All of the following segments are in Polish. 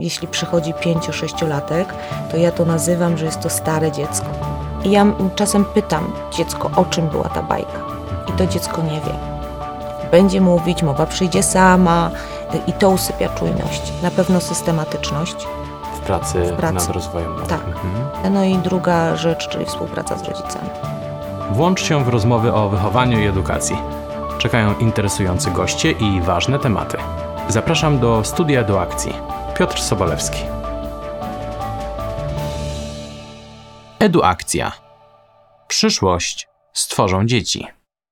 Jeśli przychodzi 5-6-latek, to ja to nazywam, że jest to stare dziecko. I ja czasem pytam dziecko, o czym była ta bajka. I to dziecko nie wie. Będzie mówić, mowa przyjdzie sama i to usypia czujność. Na pewno systematyczność. W pracy nad rozwojem. Tak. No i druga rzecz, czyli współpraca z rodzicami. Włącz się w rozmowy o wychowaniu i edukacji. Czekają interesujący goście i ważne tematy. Zapraszam do Studia do Akcji. Piotr Sobolewski. Eduakcja. Przyszłość stworzą dzieci.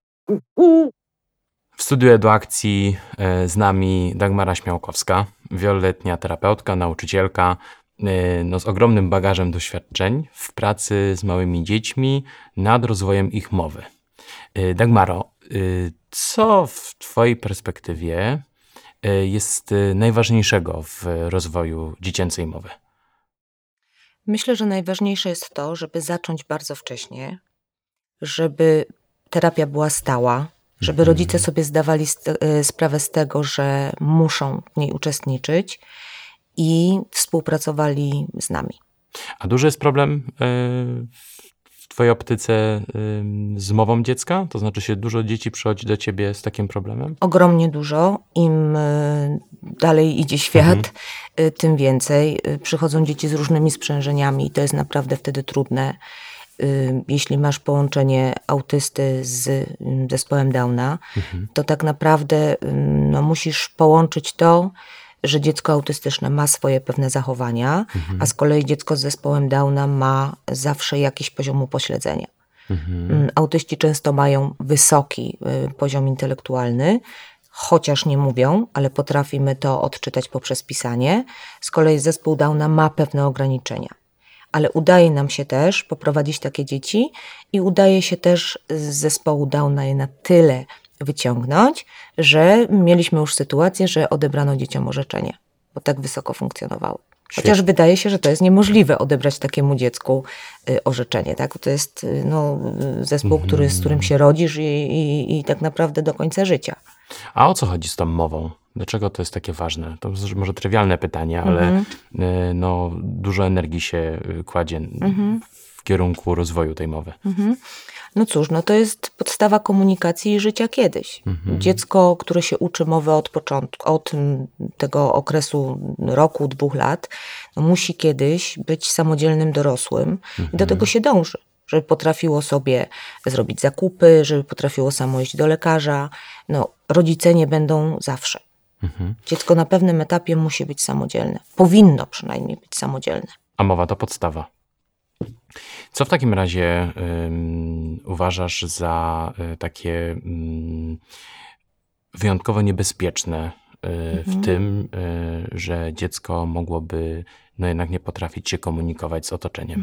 W Studiu Eduakcji z nami Dagmara Śmiałkowska, wieloletnia terapeutka, nauczycielka, z ogromnym bagażem doświadczeń w pracy z małymi dziećmi nad rozwojem ich mowy. Dagmaro, co w Twojej perspektywie jest najważniejszego w rozwoju dziecięcej mowy? Myślę, że najważniejsze jest to, żeby zacząć bardzo wcześnie, żeby terapia była stała, żeby rodzice sobie zdawali sprawę z tego, że muszą w niej uczestniczyć i współpracowali z nami. A duży jest problem w Twojej optyce z mową dziecka? To znaczy dużo dzieci przychodzi do Ciebie z takim problemem? Ogromnie dużo. Im dalej idzie świat, tym więcej. Przychodzą dzieci z różnymi sprzężeniami i to jest naprawdę wtedy trudne. Jeśli masz połączenie autysty z zespołem Downa, to tak naprawdę musisz połączyć to, że dziecko autystyczne ma swoje pewne zachowania, a z kolei dziecko z zespołem Downa ma zawsze jakiś poziom upośledzenia. Autyści często mają wysoki poziom intelektualny, chociaż nie mówią, ale potrafimy to odczytać poprzez pisanie. Z kolei zespół Downa ma pewne ograniczenia. Ale udaje nam się też poprowadzić takie dzieci i udaje się też z zespołu Downa je na tyle wyciągnąć, że mieliśmy już sytuację, że odebrano dzieciom orzeczenie, bo tak wysoko funkcjonowały. Chociaż wydaje się, że to jest niemożliwe odebrać takiemu dziecku orzeczenie. Tak? To jest zespół, z którym się rodzisz i tak naprawdę do końca życia. A o co chodzi z tą mową? Dlaczego to jest takie ważne? To może trywialne pytanie, ale dużo energii się kładzie w kierunku rozwoju tej mowy. No cóż, to jest podstawa komunikacji i życia kiedyś. Dziecko, które się uczy mowy od początku, od tego okresu roku, 2 lat, musi kiedyś być samodzielnym dorosłym i do tego się dąży. Żeby potrafiło sobie zrobić zakupy, żeby potrafiło samo iść do lekarza. Rodzice nie będą zawsze. Dziecko na pewnym etapie musi być samodzielne. Powinno przynajmniej być samodzielne. A mowa to podstawa. Co w takim razie uważasz za takie wyjątkowo niebezpieczne w tym, że dziecko mogłoby jednak nie potrafić się komunikować z otoczeniem?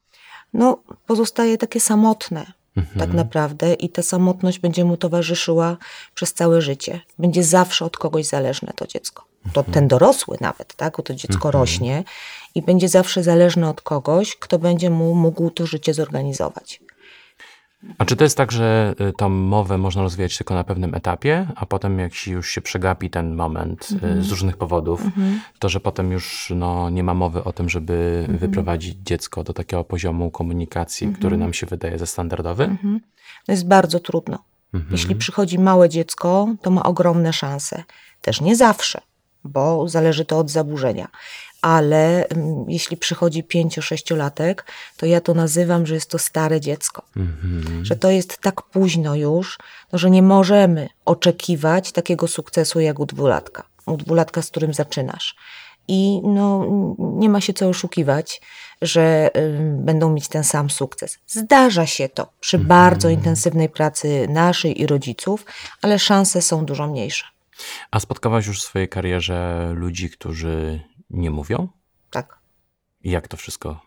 Pozostaje takie samotne tak naprawdę i ta samotność będzie mu towarzyszyła przez całe życie. Będzie zawsze od kogoś zależne to dziecko. To ten dorosły nawet, tak? Bo to dziecko rośnie i będzie zawsze zależne od kogoś, kto będzie mu mógł to życie zorganizować. A czy to jest tak, że tą mowę można rozwijać tylko na pewnym etapie, a potem jak już się przegapi ten moment z różnych powodów, to że potem już nie ma mowy o tym, żeby wyprowadzić dziecko do takiego poziomu komunikacji, który nam się wydaje za standardowy? To jest bardzo trudno. Jeśli przychodzi małe dziecko, to ma ogromne szanse. Też nie zawsze, bo zależy to od zaburzenia. Ale jeśli przychodzi 5-6-latek, to ja to nazywam, że jest to stare dziecko. Że to jest tak późno już, że nie możemy oczekiwać takiego sukcesu jak u 2-latka. U 2-latka, z którym zaczynasz. I nie ma się co oszukiwać, że będą mieć ten sam sukces. Zdarza się to przy bardzo intensywnej pracy naszej i rodziców, ale szanse są dużo mniejsze. A spotkałaś już w swojej karierze ludzi, którzy nie mówią? Tak. I jak to wszystko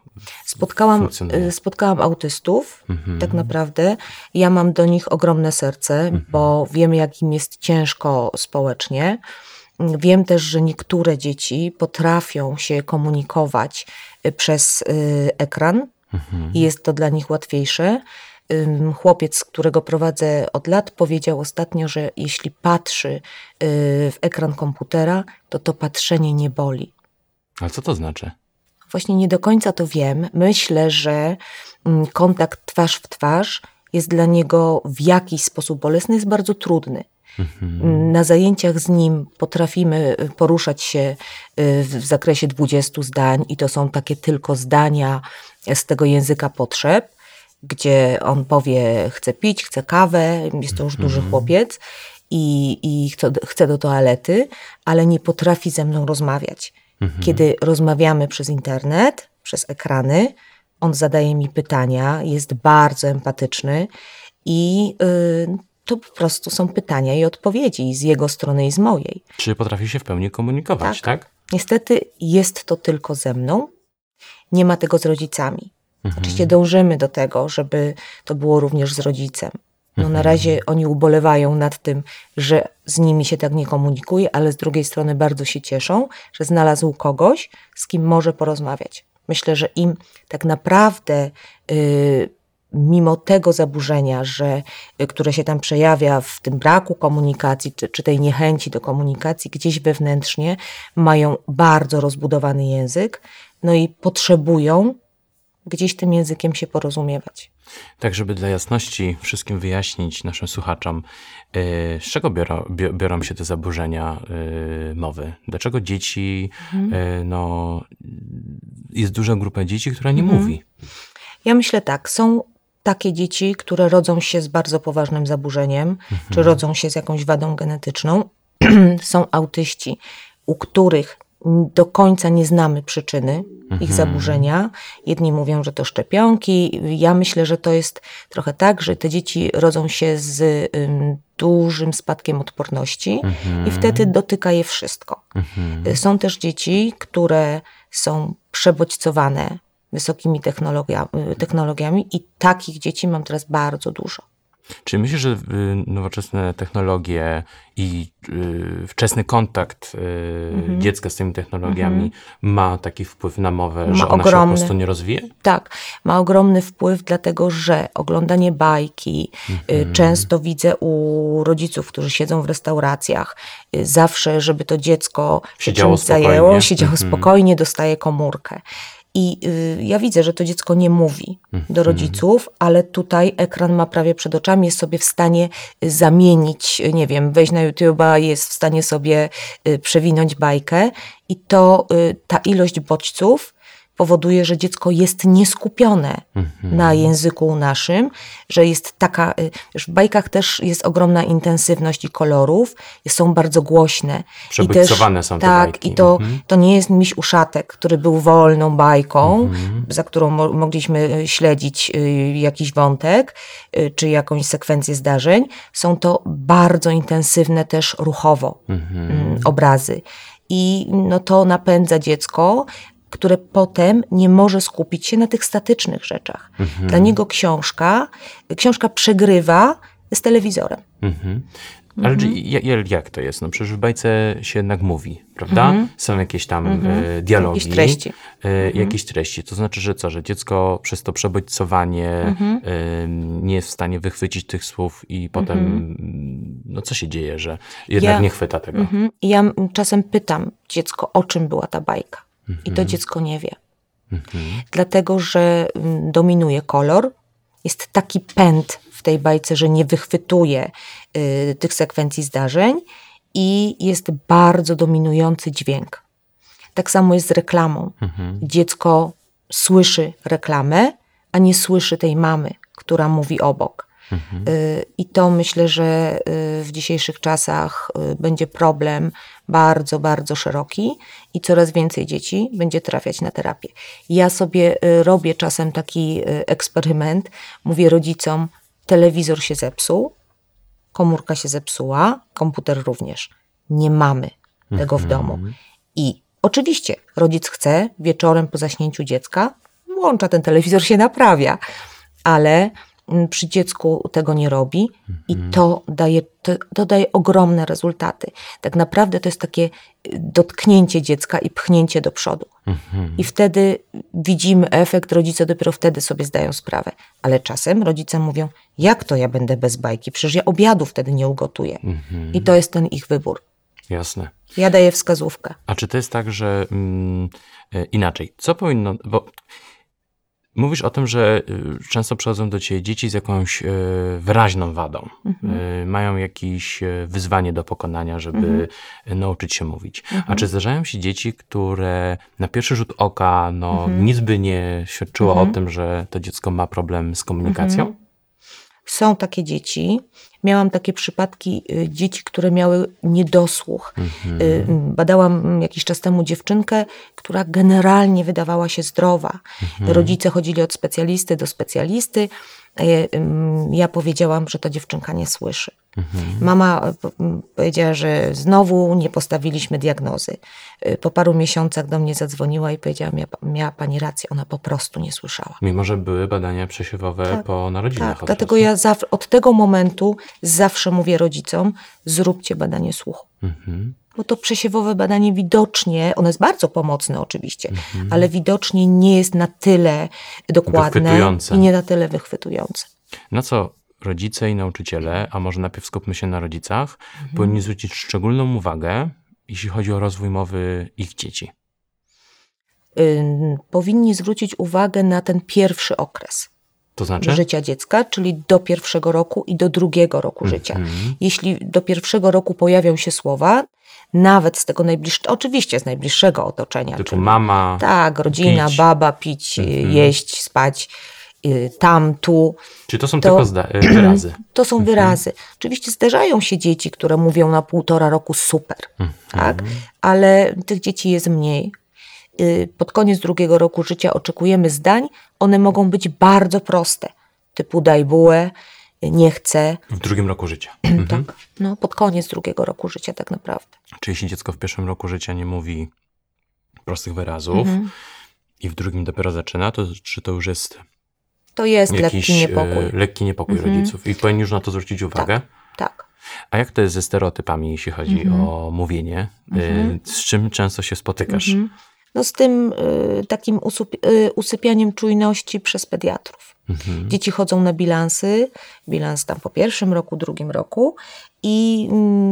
Spotkałam autystów, tak naprawdę. Ja mam do nich ogromne serce, bo wiem, jak im jest ciężko społecznie. Wiem też, że niektóre dzieci potrafią się komunikować przez ekran i jest to dla nich łatwiejsze. Chłopiec, którego prowadzę od lat, powiedział ostatnio, że jeśli patrzy w ekran komputera, to patrzenie nie boli. Ale co to znaczy? Właśnie nie do końca to wiem. Myślę, że kontakt twarz w twarz jest dla niego w jakiś sposób bolesny, jest bardzo trudny. Na zajęciach z nim potrafimy poruszać się w zakresie 20 zdań i to są takie tylko zdania z tego języka potrzeb, gdzie on powie, chce pić, chce kawę, jest to już duży chłopiec i chce do toalety, ale nie potrafi ze mną rozmawiać. Kiedy rozmawiamy przez internet, przez ekrany, on zadaje mi pytania, jest bardzo empatyczny i to po prostu są pytania i odpowiedzi z jego strony i z mojej. Czy potrafi się w pełni komunikować, tak? Niestety jest to tylko ze mną, nie ma tego z rodzicami. Oczywiście dążymy do tego, żeby to było również z rodzicem. No na razie oni ubolewają nad tym, że z nimi się tak nie komunikuje, ale z drugiej strony bardzo się cieszą, że znalazł kogoś, z kim może porozmawiać. Myślę, że im tak naprawdę mimo tego zaburzenia, które się tam przejawia w tym braku komunikacji, czy tej niechęci do komunikacji, gdzieś wewnętrznie mają bardzo rozbudowany język, no i potrzebują gdzieś tym językiem się porozumiewać. Tak, żeby dla jasności wszystkim wyjaśnić naszym słuchaczom, z czego biorą się te zaburzenia mowy? Dlaczego dzieci, jest duża grupa dzieci, która nie mówi? Ja myślę tak, są takie dzieci, które rodzą się z bardzo poważnym zaburzeniem, czy rodzą się z jakąś wadą genetyczną. Są autyści, u których do końca nie znamy przyczyny ich zaburzenia. Jedni mówią, że to szczepionki. Ja myślę, że to jest trochę tak, że te dzieci rodzą się z dużym spadkiem odporności i wtedy dotyka je wszystko. Są też dzieci, które są przebodźcowane wysokimi technologiami i takich dzieci mam teraz bardzo dużo. Czy myślisz, że nowoczesne technologie i wczesny kontakt dziecka z tymi technologiami ma taki wpływ na mowę, że ona się po prostu nie rozwija? Tak, ma ogromny wpływ, dlatego że oglądanie bajki, często widzę u rodziców, którzy siedzą w restauracjach, zawsze, żeby to dziecko się czymś zajęło, siedziało spokojnie, dostaje komórkę. I ja widzę, że to dziecko nie mówi do rodziców, ale tutaj ekran ma prawie przed oczami, jest sobie w stanie zamienić, nie wiem, wejść na YouTube'a, jest w stanie sobie przewinąć bajkę i to ta ilość bodźców powoduje, że dziecko jest nieskupione na języku naszym, że jest taka, w bajkach też jest ogromna intensywność i kolorów, są bardzo głośne. Przebodźcowane są te bajki. Tak, i to nie jest Miś Uszatek, który był wolną bajką, za którą mogliśmy śledzić jakiś wątek, czy jakąś sekwencję zdarzeń. Są to bardzo intensywne też ruchowo obrazy. I no to napędza dziecko, które potem nie może skupić się na tych statycznych rzeczach. Dla niego książka przegrywa z telewizorem. Ale jak to jest? No przecież w bajce się jednak mówi, prawda? Są jakieś tam dialogi. Jakieś treści. To znaczy, że co? Że dziecko przez to przebodźcowanie nie jest w stanie wychwycić tych słów i potem no co się dzieje, że jednak nie chwyta tego? Ja czasem pytam dziecko, o czym była ta bajka. I to dziecko nie wie. Dlatego, że dominuje kolor. Jest taki pęd w tej bajce, że nie wychwytuje tych sekwencji zdarzeń i jest bardzo dominujący dźwięk. Tak samo jest z reklamą. Dziecko słyszy reklamę, a nie słyszy tej mamy, która mówi obok. I to myślę, że w dzisiejszych czasach będzie problem bardzo, bardzo szeroki i coraz więcej dzieci będzie trafiać na terapię. Ja sobie robię czasem taki eksperyment. Mówię rodzicom, telewizor się zepsuł, komórka się zepsuła, komputer również. Nie mamy tego w domu. I oczywiście rodzic chce wieczorem po zaśnięciu dziecka, włącza ten telewizor, się naprawia, ale przy dziecku tego nie robi i to daje ogromne rezultaty. Tak naprawdę to jest takie dotknięcie dziecka i pchnięcie do przodu. I wtedy widzimy efekt, rodzice dopiero wtedy sobie zdają sprawę. Ale czasem rodzice mówią, jak to ja będę bez bajki? Przecież ja obiadu wtedy nie ugotuję. I to jest ten ich wybór. Jasne. Ja daję wskazówkę. A czy to jest tak, że inaczej, co powinno, bo mówisz o tym, że często przychodzą do ciebie dzieci z jakąś wyraźną wadą. Mają jakieś wyzwanie do pokonania, żeby nauczyć się mówić. A czy zdarzają się dzieci, które na pierwszy rzut oka nic by nie świadczyło o tym, że to dziecko ma problem z komunikacją? Są takie dzieci. Miałam takie przypadki dzieci, które miały niedosłuch. Badałam jakiś czas temu dziewczynkę, która generalnie wydawała się zdrowa. Rodzice chodzili od specjalisty do specjalisty. Ja powiedziałam, że ta dziewczynka nie słyszy. Mama powiedziała, że znowu nie postawiliśmy diagnozy. Po paru miesiącach do mnie zadzwoniła i powiedziała, miała pani rację, ona po prostu nie słyszała. Mimo, że były badania przesiewowe po narodzinach. Tak, dlatego ja od tego momentu zawsze mówię rodzicom, zróbcie badanie słuchu. Bo to przesiewowe badanie widocznie, ono jest bardzo pomocne oczywiście, ale widocznie nie jest na tyle dokładne i nie na tyle wychwytujące. Na co rodzice i nauczyciele, a może najpierw skupmy się na rodzicach, powinni zwrócić szczególną uwagę, jeśli chodzi o rozwój mowy ich dzieci? Powinni zwrócić uwagę na ten pierwszy okres. To znaczy? Życia dziecka, czyli do 1 roku i do 2 roku życia. Jeśli do 1 roku pojawią się słowa, nawet z tego najbliższego, oczywiście z najbliższego otoczenia. Typu czyli, mama, tak, rodzina, pić. baba, pić, jeść, spać, tam, tu. Czy to są tylko wyrazy? To są wyrazy. Oczywiście zdarzają się dzieci, które mówią na 1,5 roku super, tak? Ale tych dzieci jest mniej. Pod koniec 2 roku życia oczekujemy zdań. One mogą być bardzo proste. Typu daj bułę, nie chcę. W 2 roku życia. Tak, pod koniec 2 roku życia tak naprawdę. Czy jeśli dziecko w 1 roku życia nie mówi prostych wyrazów i w 2 dopiero zaczyna, to czy to już jest To jest jakiś lekki niepokój. rodziców i powinni już na to zwrócić uwagę? Tak. A jak to jest ze stereotypami, jeśli chodzi o mówienie? Z czym często się spotykasz? Z tym takim usypianiem czujności przez pediatrów. Dzieci chodzą na bilansy, bilans tam po 1 roku, 2 roku i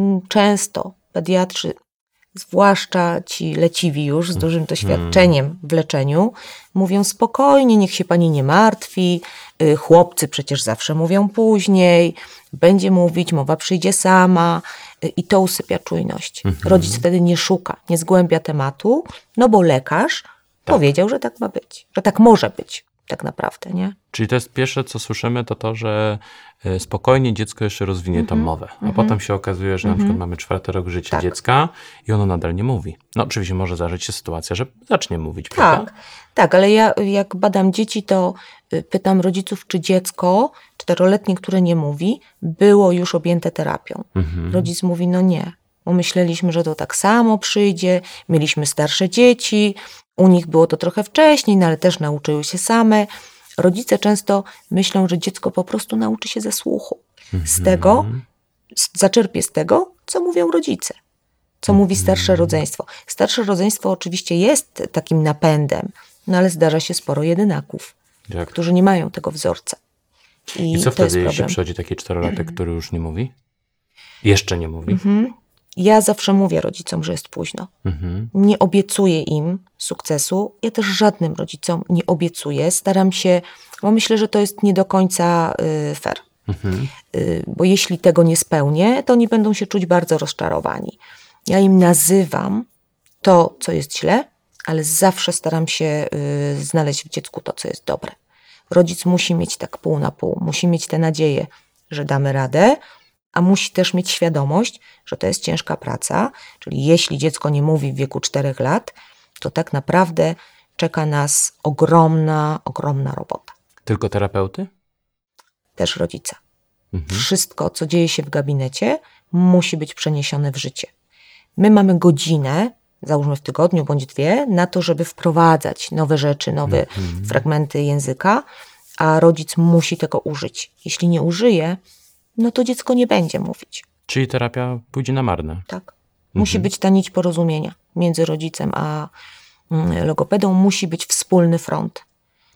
często pediatrzy, zwłaszcza ci leciwi już z dużym doświadczeniem w leczeniu, mówią spokojnie, niech się pani nie martwi, chłopcy przecież zawsze mówią później, będzie mówić, mowa przyjdzie sama i to usypia czujność. Rodzic wtedy nie szuka, nie zgłębia tematu, bo lekarz powiedział, że tak ma być, że tak może być tak naprawdę, nie? Czyli to jest pierwsze, co słyszymy, to, że spokojnie dziecko jeszcze rozwinie tą mowę. A potem się okazuje, że na przykład mamy 4. rok życia dziecka i ono nadal nie mówi. Oczywiście może zdarzyć się sytuacja, że zacznie mówić, prawda? Tak, ale ja jak badam dzieci, to pytam rodziców, czy dziecko 4-letnie, które nie mówi, było już objęte terapią. Rodzic mówi, nie, bo myśleliśmy, że to tak samo przyjdzie, mieliśmy starsze dzieci, u nich było to trochę wcześniej, ale też nauczyły się same. Rodzice często myślą, że dziecko po prostu nauczy się ze słuchu. Zaczerpie z tego, co mówią rodzice, co mówi starsze rodzeństwo. Starsze rodzeństwo oczywiście jest takim napędem, ale zdarza się sporo jedynaków, którzy nie mają tego wzorca. I co wtedy, jeśli przychodzi taki 4-latek, który już nie mówi? Jeszcze nie mówi? Ja zawsze mówię rodzicom, że jest późno. Nie obiecuję im sukcesu. Ja też żadnym rodzicom nie obiecuję. Staram się, bo myślę, że to jest nie do końca fair. Bo jeśli tego nie spełnię, to oni będą się czuć bardzo rozczarowani. Ja im nazywam to, co jest źle, ale zawsze staram się znaleźć w dziecku to, co jest dobre. Rodzic musi mieć tak pół na pół. Musi mieć tę nadzieję, że damy radę, a musi też mieć świadomość, że to jest ciężka praca, czyli jeśli dziecko nie mówi w wieku 4 lat, to tak naprawdę czeka nas ogromna robota. Tylko terapeuty? Też rodzice. Wszystko, co dzieje się w gabinecie, musi być przeniesione w życie. My mamy godzinę, załóżmy w tygodniu bądź 2, na to, żeby wprowadzać nowe rzeczy, nowe fragmenty języka, a rodzic musi tego użyć. Jeśli nie użyje, to dziecko nie będzie mówić. Czyli terapia pójdzie na marne. Tak. Musi być ta nić porozumienia między rodzicem a logopedą. Musi być wspólny front.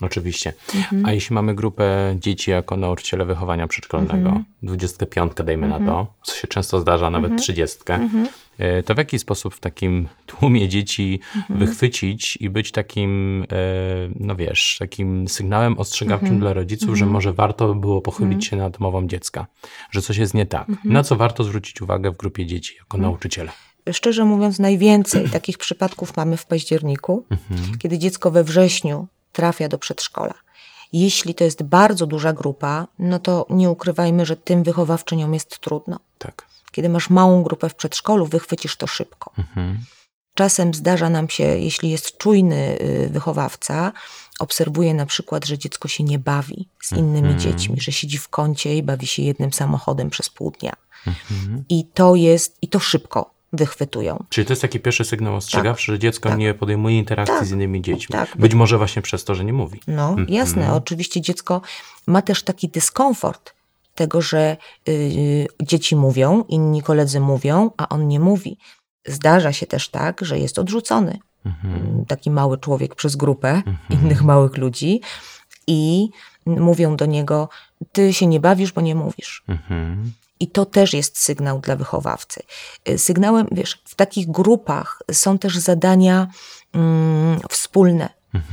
Oczywiście. A jeśli mamy grupę dzieci jako nauczyciele wychowania przedszkolnego, 25 dajmy na to, co się często zdarza, nawet 30, to w jaki sposób w takim tłumie dzieci wychwycić i być takim, no wiesz, takim sygnałem ostrzegawczym dla rodziców, że może warto by było pochylić się nad mową dziecka, że coś jest nie tak. Na co warto zwrócić uwagę w grupie dzieci jako nauczyciele? Szczerze mówiąc, najwięcej takich przypadków mamy w październiku, kiedy dziecko we wrześniu trafia do przedszkola. Jeśli to jest bardzo duża grupa, no to nie ukrywajmy, że tym wychowawczyniom jest trudno. Tak. Kiedy masz małą grupę w przedszkolu, wychwycisz to szybko. Czasem zdarza nam się, jeśli jest czujny wychowawca, obserwuje na przykład, że dziecko się nie bawi z innymi dziećmi, że siedzi w kącie i bawi się jednym samochodem przez pół dnia. I to szybko wychwytują. Czyli to jest taki pierwszy sygnał ostrzegawczy, że dziecko nie podejmuje interakcji z innymi dziećmi. Tak. Być może właśnie przez to, że nie mówi. No, jasne. Oczywiście dziecko ma też taki dyskomfort tego, że dzieci mówią, inni koledzy mówią, a on nie mówi. Zdarza się też tak, że jest odrzucony. Taki mały człowiek przez grupę innych małych ludzi i mówią do niego, ty się nie bawisz, bo nie mówisz. I to też jest sygnał dla wychowawcy. Sygnałem, wiesz, w takich grupach są też zadania wspólne.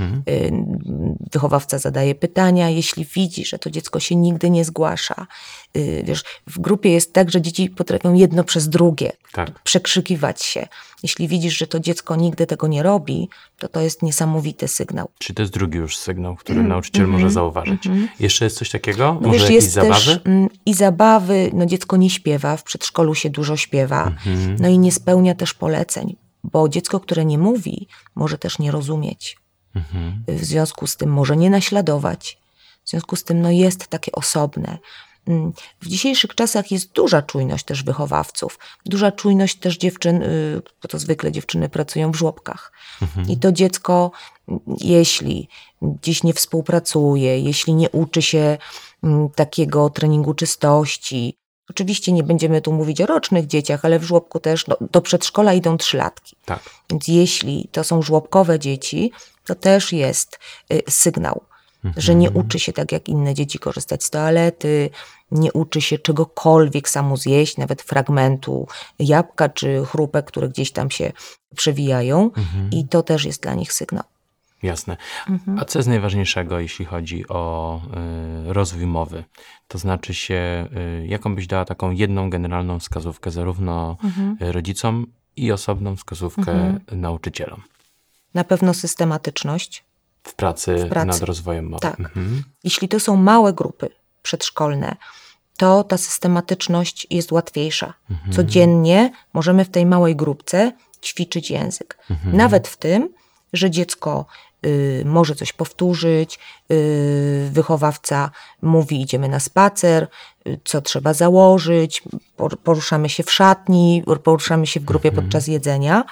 Wychowawca zadaje pytania, jeśli widzi, że to dziecko się nigdy nie zgłasza. Wiesz, w grupie jest tak, że dzieci potrafią jedno przez drugie przekrzykiwać się. Jeśli widzisz, że to dziecko nigdy tego nie robi, to jest niesamowity sygnał. Czyli to jest drugi już sygnał, który nauczyciel może zauważyć. Jeszcze jest coś takiego? No Może wiesz, jakieś jest zabawy? też i zabawy, no dziecko nie śpiewa, w przedszkolu się dużo śpiewa, no i nie spełnia też poleceń, bo dziecko, które nie mówi, może też nie rozumieć. W związku z tym może nie naśladować. W związku z tym no jest takie osobne. W dzisiejszych czasach jest duża czujność też wychowawców. Duża czujność też dziewczyn, bo to zwykle dziewczyny pracują w żłobkach. I to dziecko, jeśli gdzieś nie współpracuje, jeśli nie uczy się takiego treningu czystości, oczywiście nie będziemy tu mówić o rocznych dzieciach, ale w żłobku też do przedszkola idą 3-latki. Tak. Więc jeśli to są żłobkowe dzieci, to też jest sygnał, że nie uczy się tak jak inne dzieci korzystać z toalety, nie uczy się czegokolwiek samo zjeść, nawet fragmentu jabłka czy chrupek, które gdzieś tam się przewijają i to też jest dla nich sygnał. Jasne. A co jest najważniejszego, jeśli chodzi o rozwój mowy? To znaczy się, jaką byś dała taką jedną generalną wskazówkę zarówno rodzicom i osobną wskazówkę nauczycielom? Na pewno systematyczność. W pracy nad rozwojem mowy. Tak. Jeśli to są małe grupy przedszkolne, to ta systematyczność jest łatwiejsza. Codziennie możemy w tej małej grupce ćwiczyć język. Nawet w tym, że dziecko może coś powtórzyć, wychowawca mówi, idziemy na spacer, co trzeba założyć, poruszamy się w szatni, poruszamy się w grupie podczas jedzenia.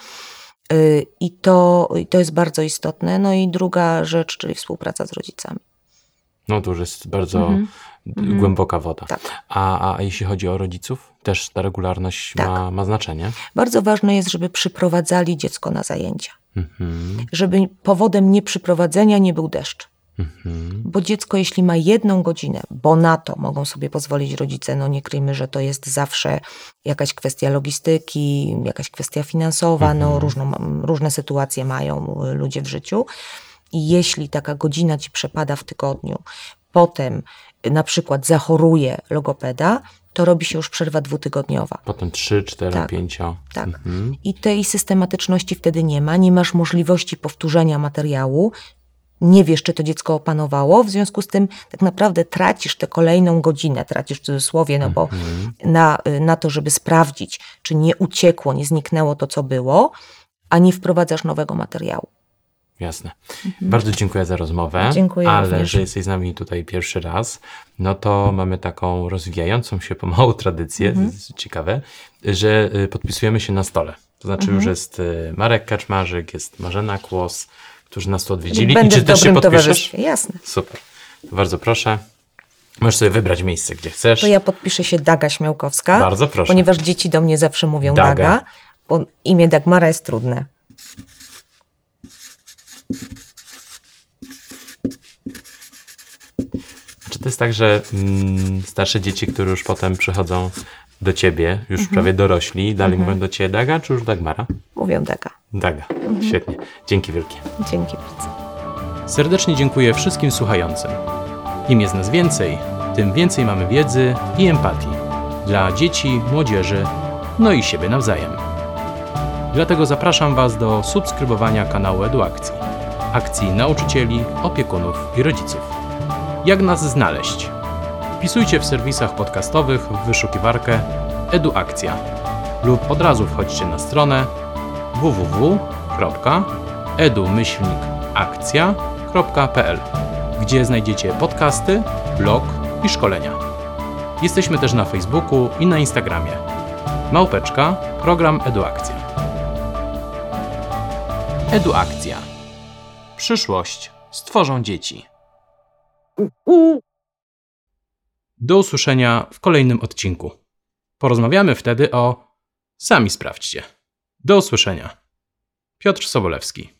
I to jest bardzo istotne. No i druga rzecz, czyli współpraca z rodzicami. No to już jest bardzo głęboka woda. Tak. A jeśli chodzi o rodziców, też ta regularność ma znaczenie? Bardzo ważne jest, żeby przyprowadzali dziecko na zajęcia. Żeby powodem nieprzyprowadzenia nie był deszcz. Bo dziecko, jeśli ma 1 godzinę, bo na to mogą sobie pozwolić rodzice, no nie kryjmy, że to jest zawsze jakaś kwestia logistyki, jakaś kwestia finansowa, no różne sytuacje mają ludzie w życiu. I jeśli taka godzina ci przepada w tygodniu, potem na przykład zachoruje logopeda, to robi się już przerwa 2-tygodniowa. Potem 3, 4, 5. Tak. I tej systematyczności wtedy nie ma. Nie masz możliwości powtórzenia materiału. Nie wiesz, czy to dziecko opanowało. W związku z tym tak naprawdę tracisz tę kolejną godzinę, tracisz w cudzysłowie, no bo na to, żeby sprawdzić, czy nie uciekło, nie zniknęło to, co było, a nie wprowadzasz nowego materiału. Jasne. Bardzo dziękuję za rozmowę. Dziękuję Ale również. że jesteś z nami tutaj pierwszy raz, no to mamy taką rozwijającą się pomału tradycję, to jest ciekawe, że podpisujemy się na stole. To znaczy już jest Marek Kaczmarzyk, jest Marzena Kłos, którzy nas tu odwiedzili. Będę I czy w też się dobrym podpiszesz? towarzystwie, jasne. Super. To bardzo proszę. Możesz sobie wybrać miejsce, gdzie chcesz. To ja podpiszę się Daga Śmiałkowska. Bardzo proszę. Ponieważ dzieci do mnie zawsze mówią Daga. Daga, bo imię Dagmara jest trudne. to jest tak, że starsze dzieci, które już potem przychodzą do ciebie, już prawie dorośli, dalej mówią do ciebie Daga, czy już Dagmara? Mówią Daga. Daga. Świetnie. Dzięki wielkie. Dzięki bardzo. Serdecznie dziękuję wszystkim słuchającym. Im jest nas więcej, tym więcej mamy wiedzy i empatii dla dzieci, młodzieży, no i siebie nawzajem. Dlatego zapraszam Was do subskrybowania kanału EduAkcji, akcji nauczycieli, opiekunów i rodziców. Jak nas znaleźć? Wpisujcie w serwisach podcastowych w wyszukiwarkę EduAkcja lub od razu wchodźcie na stronę www.edu-akcja.pl, gdzie znajdziecie podcasty, blog i szkolenia. Jesteśmy też na Facebooku i na Instagramie. Program EduAkcja. EduAkcja. Przyszłość stworzą dzieci. Do usłyszenia w kolejnym odcinku. Porozmawiamy wtedy o... Sami sprawdźcie. Do usłyszenia. Piotr Sobolewski.